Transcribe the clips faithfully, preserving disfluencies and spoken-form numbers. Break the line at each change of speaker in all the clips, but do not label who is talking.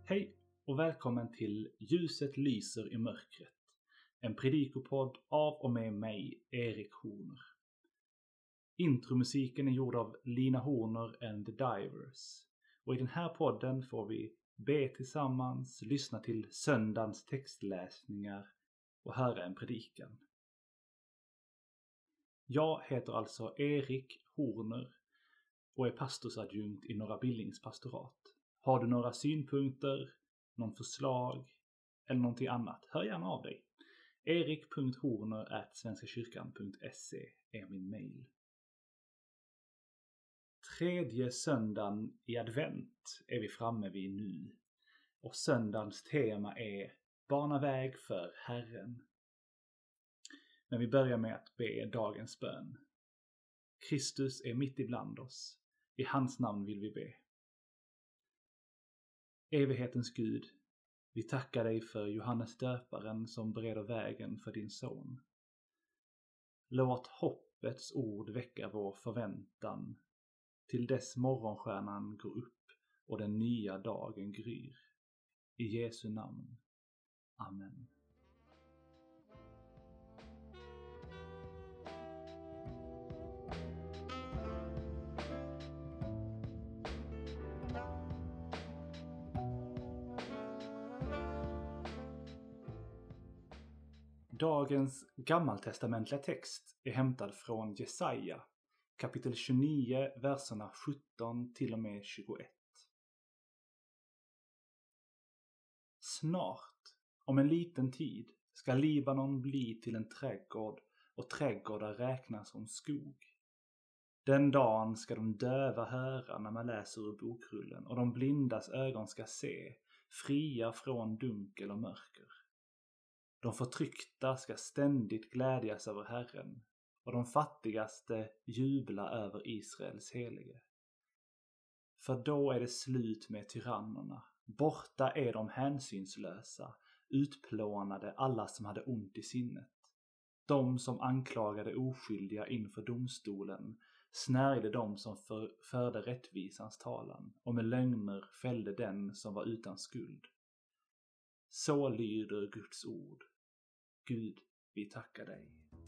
Hej och välkommen till Ljuset lyser i mörkret. En predikopodd av och med mig, Erik Horner. Intromusiken är gjord av Lina Horner and the Divers. Och i den här podden får vi be tillsammans, lyssna till söndagens textläsningar och höra en predikan. Jag heter alltså Erik Horner och är pastorsadjunkt i Norra Billings pastorat. Har du några synpunkter, någon förslag eller någonting annat, hör gärna av dig. erik punkt horner at svenskakyrkan punkt se är min mail. Tredje söndagen i advent är vi framme vid nu. Och söndagens tema är Bana väg för Herren. Men vi börjar med att be dagens bön. Kristus är mitt ibland oss. I hans namn vill vi be. Evighetens Gud, vi tackar dig för Johannes döparen som bereder vägen för din son. Låt hoppets ord väcka vår förväntan till dess morgonstjärnan går upp och den nya dagen gryr. I Jesu namn. Amen. Dagens gammaltestamentliga text är hämtad från Jesaja, kapitel tjugonio, verserna sjutton till och med tjugoett. Snart, om en liten tid, ska Libanon bli till en trädgård och trädgårdar räknas som skog. Den dagen ska de döva höra när man läser ur bokrullen och de blindas ögon ska se, fria från dunkel och mörker. De förtryckta ska ständigt glädjas över Herren och de fattigaste jubla över Israels helige. För då är det slut med tyrannerna. Borta är de hänsynslösa, utplånade alla som hade ont i sinnet. De som anklagade oskyldiga inför domstolen snärjde de som för, förde rättvisans talan och med lögner fällde den som var utan skuld. Så lyder Guds ord. Gud, vi tackar dig.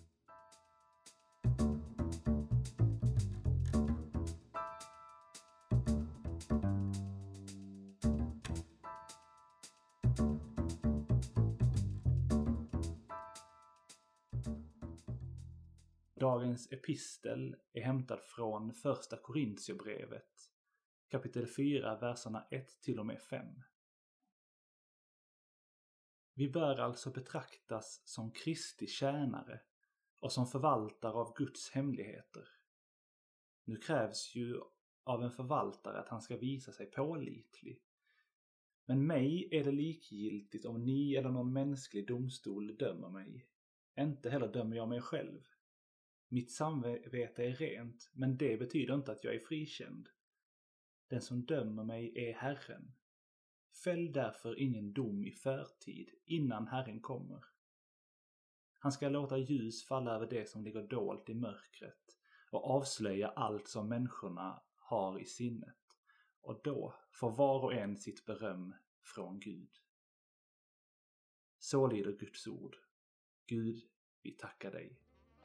Dagens epistel är hämtad från första Korintierbrevet, kapitel fyra, verserna ett till och med fem. Vi bör alltså betraktas som Kristi tjänare och som förvaltare av Guds hemligheter. Nu krävs ju av en förvaltare att han ska visa sig pålitlig. Men mig är det likgiltigt om ni eller någon mänsklig domstol dömer mig. Inte heller dömer jag mig själv. Mitt samvete är rent, men det betyder inte att jag är frikänd. Den som dömer mig är Herren. Fäll därför ingen dom i förtid innan Herren kommer. Han ska låta ljus falla över det som ligger dolt i mörkret och avslöja allt som människorna har i sinnet. Och då får var och en sitt beröm från Gud. Så lyder Guds ord. Gud, vi tackar dig.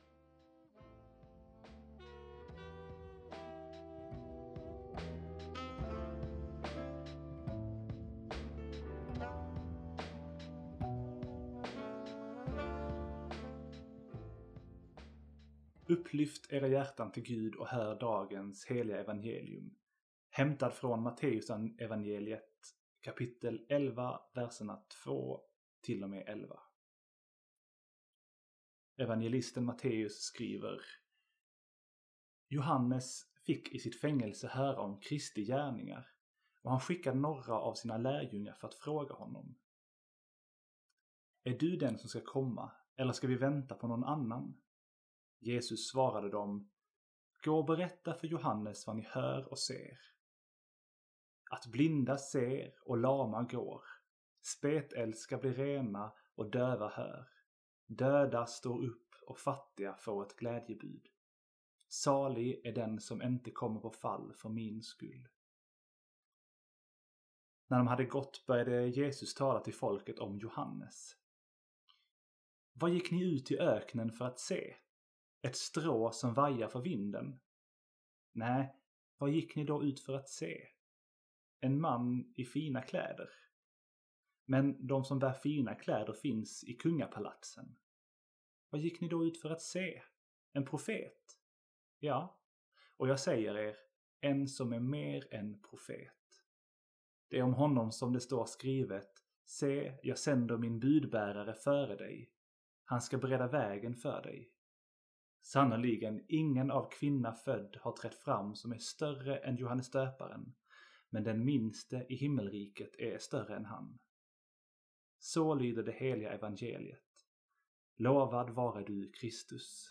Upplyft era hjärtan till Gud och hör dagens heliga evangelium. Hämtad från Matteus evangeliet kapitel elva, verserna två till och med elva. Evangelisten Matteus skriver: Johannes fick i sitt fängelse höra om Kristi gärningar och han skickade några av sina lärjungar för att fråga honom: Är du den som ska komma eller ska vi vänta på någon annan? Jesus svarade dem: Gå och berätta för Johannes vad ni hör och ser. Att blinda ser och lama går. Spetälska blir rena och döva hör. Döda står upp och fattiga får ett glädjebud. Salig är den som inte kommer på fall för min skull. När de hade gått började Jesus tala till folket om Johannes. Vad gick ni ut i öknen för att se? Ett strå som vajar för vinden? Nej, vad gick ni då ut för att se? En man i fina kläder? Men de som bär fina kläder finns i kungapalatsen. Vad gick ni då ut för att se? En profet? Ja, och jag säger er, en som är mer än profet. Det är om honom som det står skrivet: se, jag sänder min budbärare före dig. Han ska bereda vägen för dig. Sannoliken ingen av kvinna född har trätt fram som är större än Johannes döparen, men den minste i himmelriket är större än han. Så lyder det heliga evangeliet. Lovad vare du, Kristus.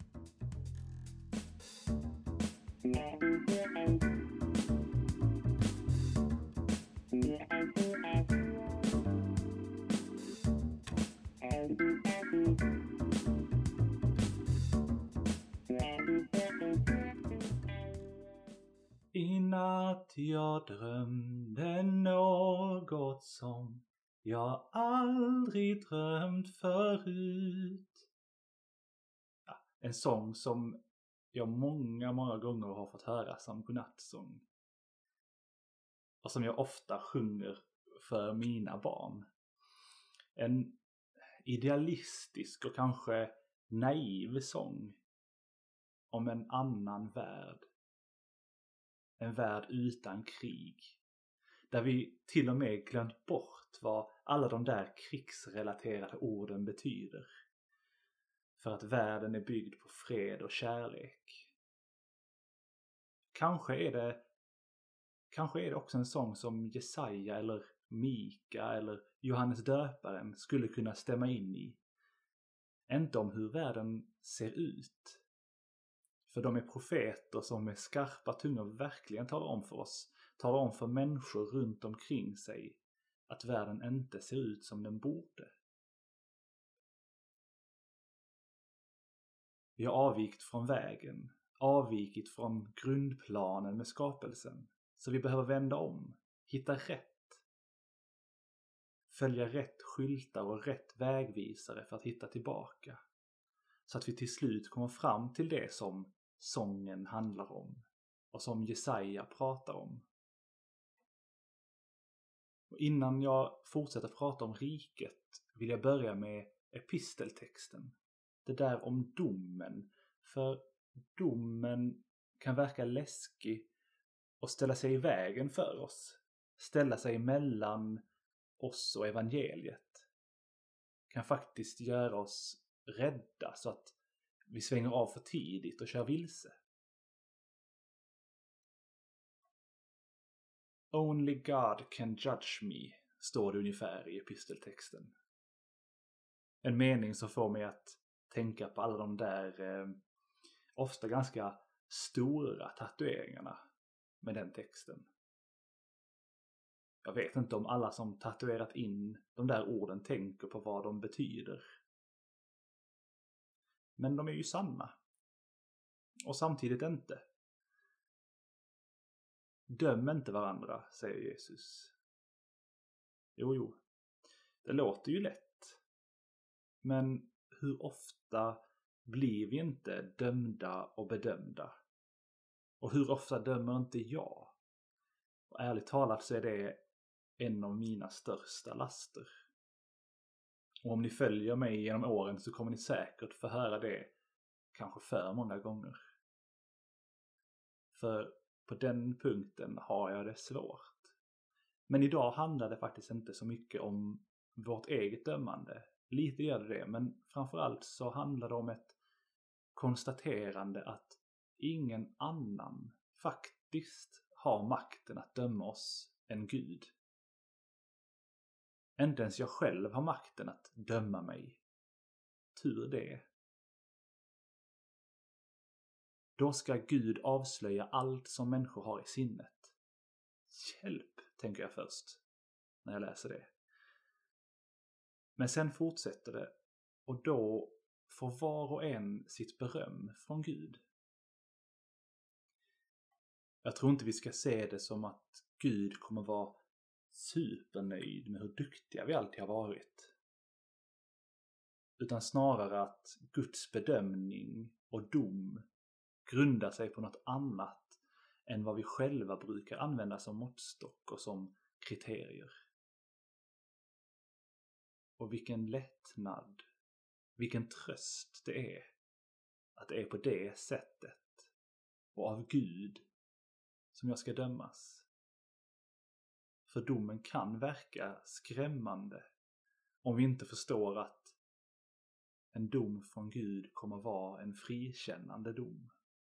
I natt jag drömde något som jag aldrig drömt förut. Ja, en sång som jag många, många gånger har fått höra som godnattsång. Och som jag ofta sjunger för mina barn. En idealistisk och kanske naiv sång om en annan värld. En värld utan krig. Där vi till och med glömt bort vad alla de där krigsrelaterade orden betyder. För att världen är byggd på fred och kärlek. Kanske är det, kanske är det också en sång som Jesaja eller Mika eller Johannes döparen skulle kunna stämma in i. Inte om hur världen ser ut. För de är profeter som med skarpa tungor verkligen talar om för oss, talar om för människor runt omkring sig att världen inte ser ut som den borde. Vi har avvikt från vägen, avvikit från grundplanen med skapelsen, så vi behöver vända om, hitta rätt. Följa rätt skyltar och rätt vägvisare för att hitta tillbaka. Så att vi till slut kommer fram till det som sången handlar om och som Jesaja pratar om. Och innan jag fortsätter prata om riket vill jag börja med episteltexten. Det där om domen. För domen kan verka läskig och ställa sig i vägen för oss. Ställa sig mellan oss och evangeliet. Kan faktiskt göra oss rädda så att vi svänger av för tidigt och kör vilse. Only God can judge me, står det ungefär i episteltexten. En mening som får mig att tänka på alla de där eh, ofta ganska stora tatueringarna med den texten. Jag vet inte om alla som tatuerat in de där orden tänker på vad de betyder. Men de är ju sanna. Och samtidigt inte. Döm inte varandra, säger Jesus. Jo, jo. Det låter ju lätt. Men hur ofta blir vi inte dömda och bedömda? Och hur ofta dömer inte jag? Och ärligt talat så är det en av mina största laster. Och om ni följer mig genom åren så kommer ni säkert få höra det kanske för många gånger. För på den punkten har jag det svårt. Men idag handlar det faktiskt inte så mycket om vårt eget dömande. Lite gör det det, men framförallt så handlar det om ett konstaterande att ingen annan faktiskt har makten att döma oss än Gud. Inte ens jag själv har makten att döma mig. Tur det. Då ska Gud avslöja allt som människor har i sinnet. Hjälp, tänker jag först när jag läser det. Men sen fortsätter det och då får var och en sitt beröm från Gud. Jag tror inte vi ska se det som att Gud kommer vara supernöjd med hur duktiga vi alltid har varit. Utan snarare att Guds bedömning och dom grundar sig på något annat än vad vi själva brukar använda som måttstock och som kriterier. Och vilken lättnad, vilken tröst det är att det är på det sättet och av Gud som jag ska dömas. För domen kan verka skrämmande om vi inte förstår att en dom från Gud kommer vara en frikännande dom.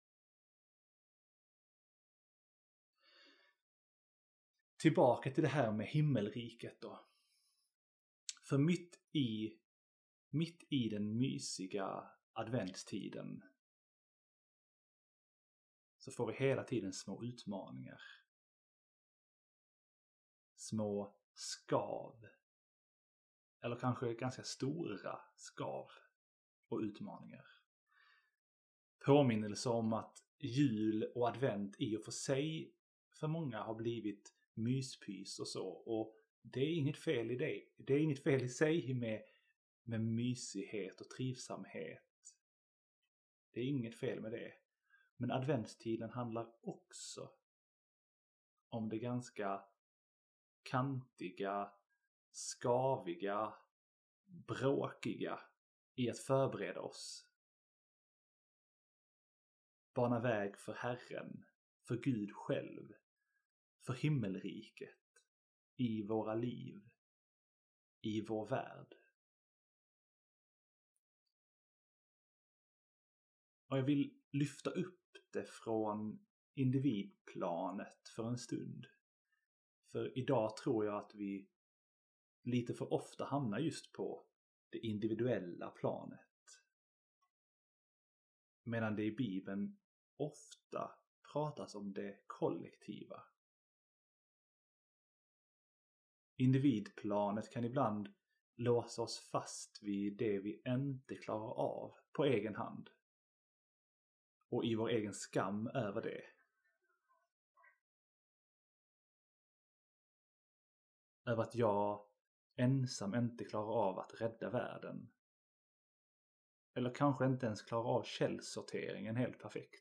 Tillbaka till det här med himmelriket då. För mitt i, mitt i den mysiga adventstiden så får vi hela tiden små utmaningar. Små skav. Eller kanske ganska stora skav och utmaningar. Påminnelse om att jul och advent i och för sig för många har blivit myspys och så. Och det är inget fel i det. Det är inget fel i sig med, med mysighet och trivsamhet. Det är inget fel med det. Men adventstiden handlar också om det ganska kantiga, skaviga, bråkiga i att förbereda oss. Bana väg för Herren, för Gud själv, för himmelriket, i våra liv, i vår värld. Och jag vill lyfta upp det från individplanet för en stund. För idag tror jag att vi lite för ofta hamnar just på det individuella planet. Medan det i Bibeln ofta pratas om det kollektiva. Individplanet kan ibland låsa oss fast vid det vi inte klarar av på egen hand. Och i vår egen skam över det. Över att jag ensam inte klarar av att rädda världen. Eller kanske inte ens klarar av källsorteringen helt perfekt.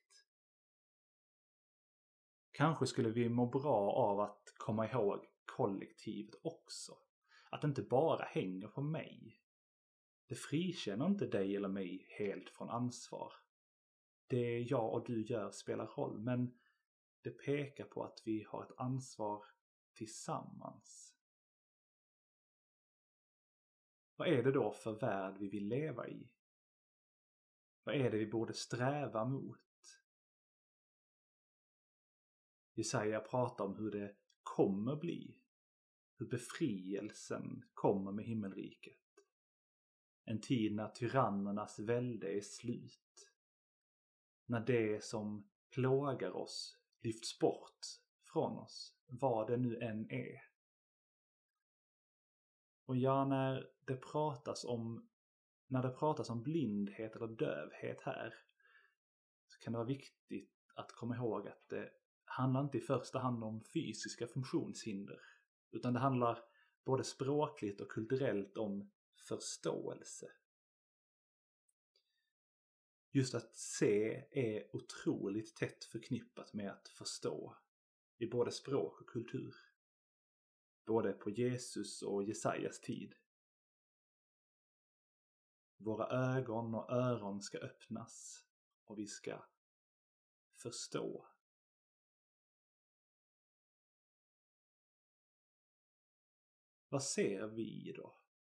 Kanske skulle vi må bra av att komma ihåg kollektivet också. Att det inte bara hänger på mig. Det frikänner inte dig eller mig helt från ansvar. Det jag och du gör spelar roll, men det pekar på att vi har ett ansvar tillsammans. Vad är det då för värld vi vill leva i? Vad är det vi borde sträva mot? Jesaja pratar om hur det kommer bli. Hur befrielsen kommer med himmelriket. En tid när tyrannernas välde är slut. När det som plågar oss lyfts bort från oss, vad det nu än är. Och ja, när det pratas om när det pratas om blindhet eller dövhet här, så kan det vara viktigt att komma ihåg att det handlar inte i första hand om fysiska funktionshinder, utan det handlar både språkligt och kulturellt om förståelse. Just att se är otroligt tätt förknippat med att förstå i både språk och kultur. Både på Jesus och Jesajas tid. Våra ögon och öron ska öppnas och vi ska förstå. Vad ser vi då?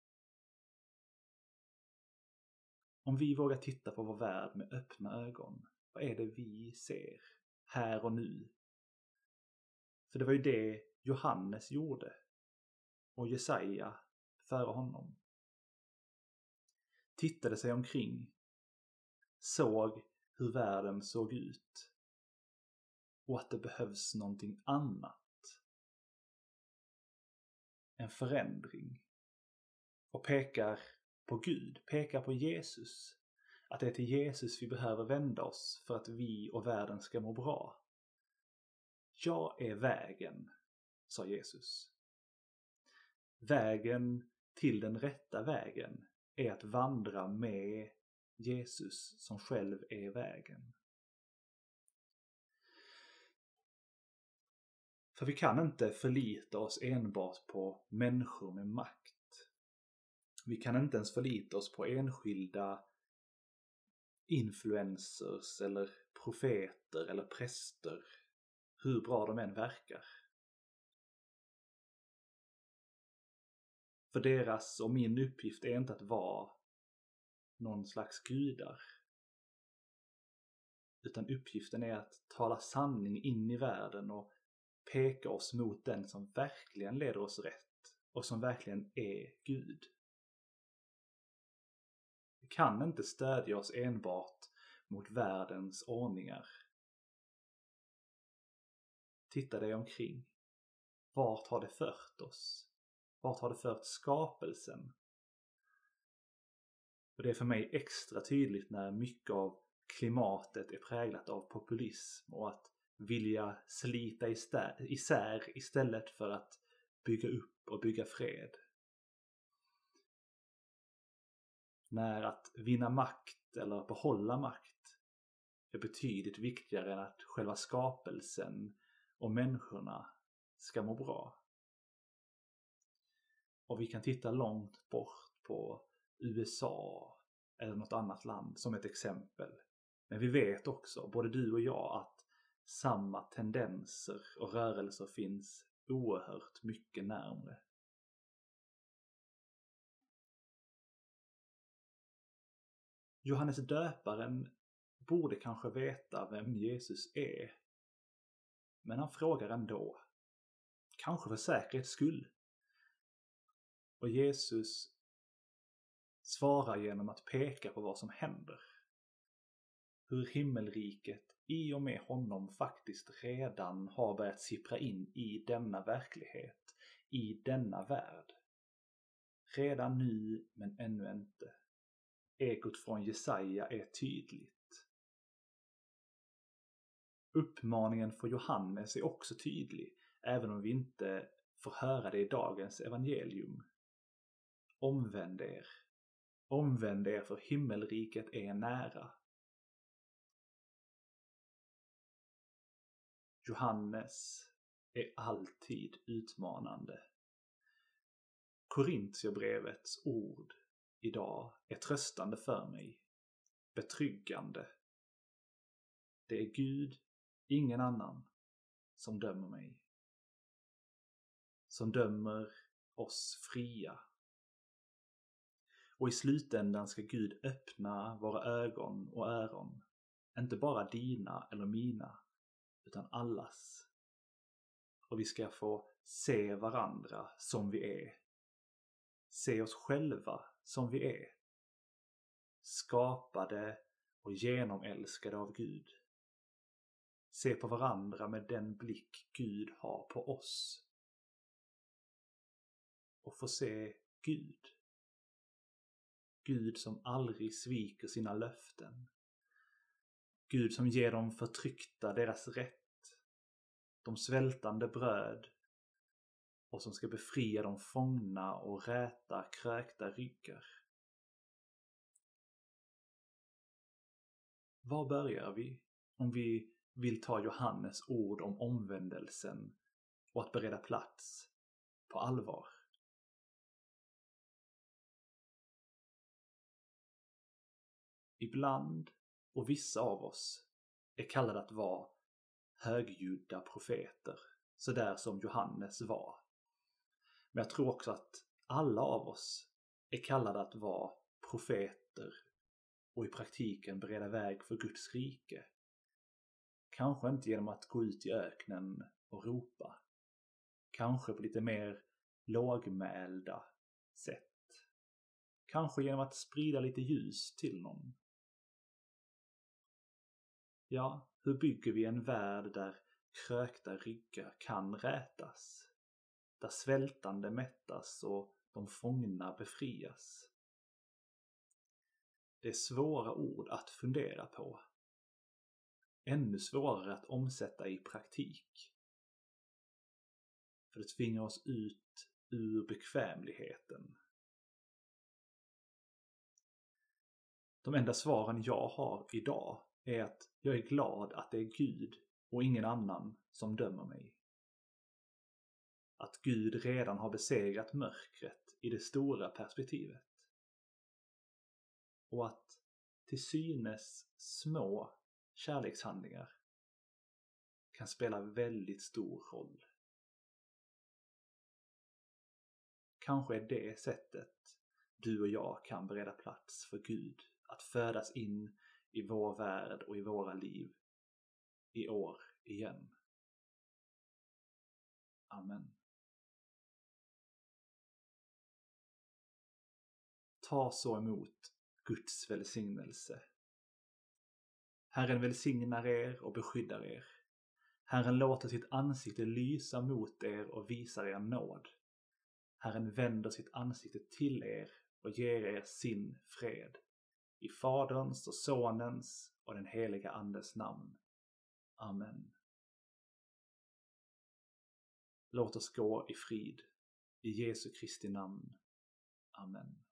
Om vi vågar titta på vår värld med öppna ögon, vad är det vi ser här och nu? För det var ju det Johannes gjorde och Jesaja före honom. Tittade sig omkring, såg hur världen såg ut och att det behövs någonting annat. En förändring. Och pekar på Gud, pekar på Jesus. Att det är till Jesus vi behöver vända oss för att vi och världen ska må bra. Jag är vägen, sa Jesus. vägen till den rätta vägen är att vandra med Jesus som själv är vägen. För vi kan inte förlita oss enbart på människor med makt. Vi kan inte ens förlita oss på enskilda influencers eller profeter eller präster, hur bra de än verkar. För deras och min uppgift är inte att vara någon slags gudar. Utan uppgiften är att tala sanning in i världen och peka oss mot den som verkligen leder oss rätt och som verkligen är Gud. Vi kan inte stödja oss enbart mot världens ordningar. Titta dig omkring. Vart har det fört oss? Vart har det fört skapelsen? Och det är för mig extra tydligt när mycket av klimatet är präglat av populism och att vilja slita isär istället för att bygga upp och bygga fred. När att vinna makt eller behålla makt är betydligt viktigare än att själva skapelsen och människorna ska må bra. Och vi kan titta långt bort på U S A eller något annat land som ett exempel. Men vi vet också, både du och jag, att samma tendenser och rörelser finns oerhört mycket närmare. Johannes döparen borde kanske veta vem Jesus är. Men han frågar ändå. Kanske för säkerhets skull. Och Jesus svarar genom att peka på vad som händer. Hur himmelriket i och med honom faktiskt redan har börjat sippra in i denna verklighet, i denna värld. Redan nu, men ännu inte. Ekot från Jesaja är tydligt. Uppmaningen för Johannes är också tydlig, även om vi inte får höra det i dagens evangelium. Omvänd er. Omvänd er, för himmelriket är nära. Johannes är alltid utmanande. Korintierbrevets ord idag är tröstande för mig. Betryggande. Det är Gud, ingen annan, som dömer mig. Som dömer oss fria. Och i slutändan ska Gud öppna våra ögon och öron. Inte bara dina eller mina, utan allas. Och vi ska få se varandra som vi är. Se oss själva som vi är. Skapade och genomälskade av Gud. Se på varandra med den blick Gud har på oss. Och få se Gud. Gud som aldrig sviker sina löften. Gud som ger de förtryckta deras rätt. De svältande bröd. Och som ska befria de fångna och räta krökta ryggar. Var börjar vi om vi vill ta Johannes ord om omvändelsen och att bereda plats på allvar? Ibland och vissa av oss är kallade att vara högljudda profeter, så där som Johannes var. Men jag tror också att alla av oss är kallade att vara profeter och i praktiken bereda väg för Guds rike. Kanske inte genom att gå ut i öknen och ropa. Kanske på lite mer lågmälda sätt. Kanske genom att sprida lite ljus till någon. Ja, hur bygger vi en värld där krökta ryggar kan rätas? Där svältande mättas och de fångna befrias? Det är svåra ord att fundera på. Ännu svårare att omsätta i praktik. För det tvingar oss ut ur bekvämligheten. De enda svaren jag har idag är att jag är glad att det är Gud och ingen annan som dömer mig. Att Gud redan har besegrat mörkret i det stora perspektivet. Och att till synes små kärlekshandlingar kan spela väldigt stor roll. Kanske är det sättet du och jag kan bereda plats för Gud att födas in i vår värld och i våra liv i år igen. Amen. Ta så emot Guds välsignelse. Herren välsignar er och beskyddar er. Herren låter sitt ansikte lysa mot er och visar er nåd. Herren vänder sitt ansikte till er och ger er sin fred. I Faderns och Sonens och den heliga Andes namn. Amen. Låt oss gå i frid. I Jesu Kristi namn. Amen.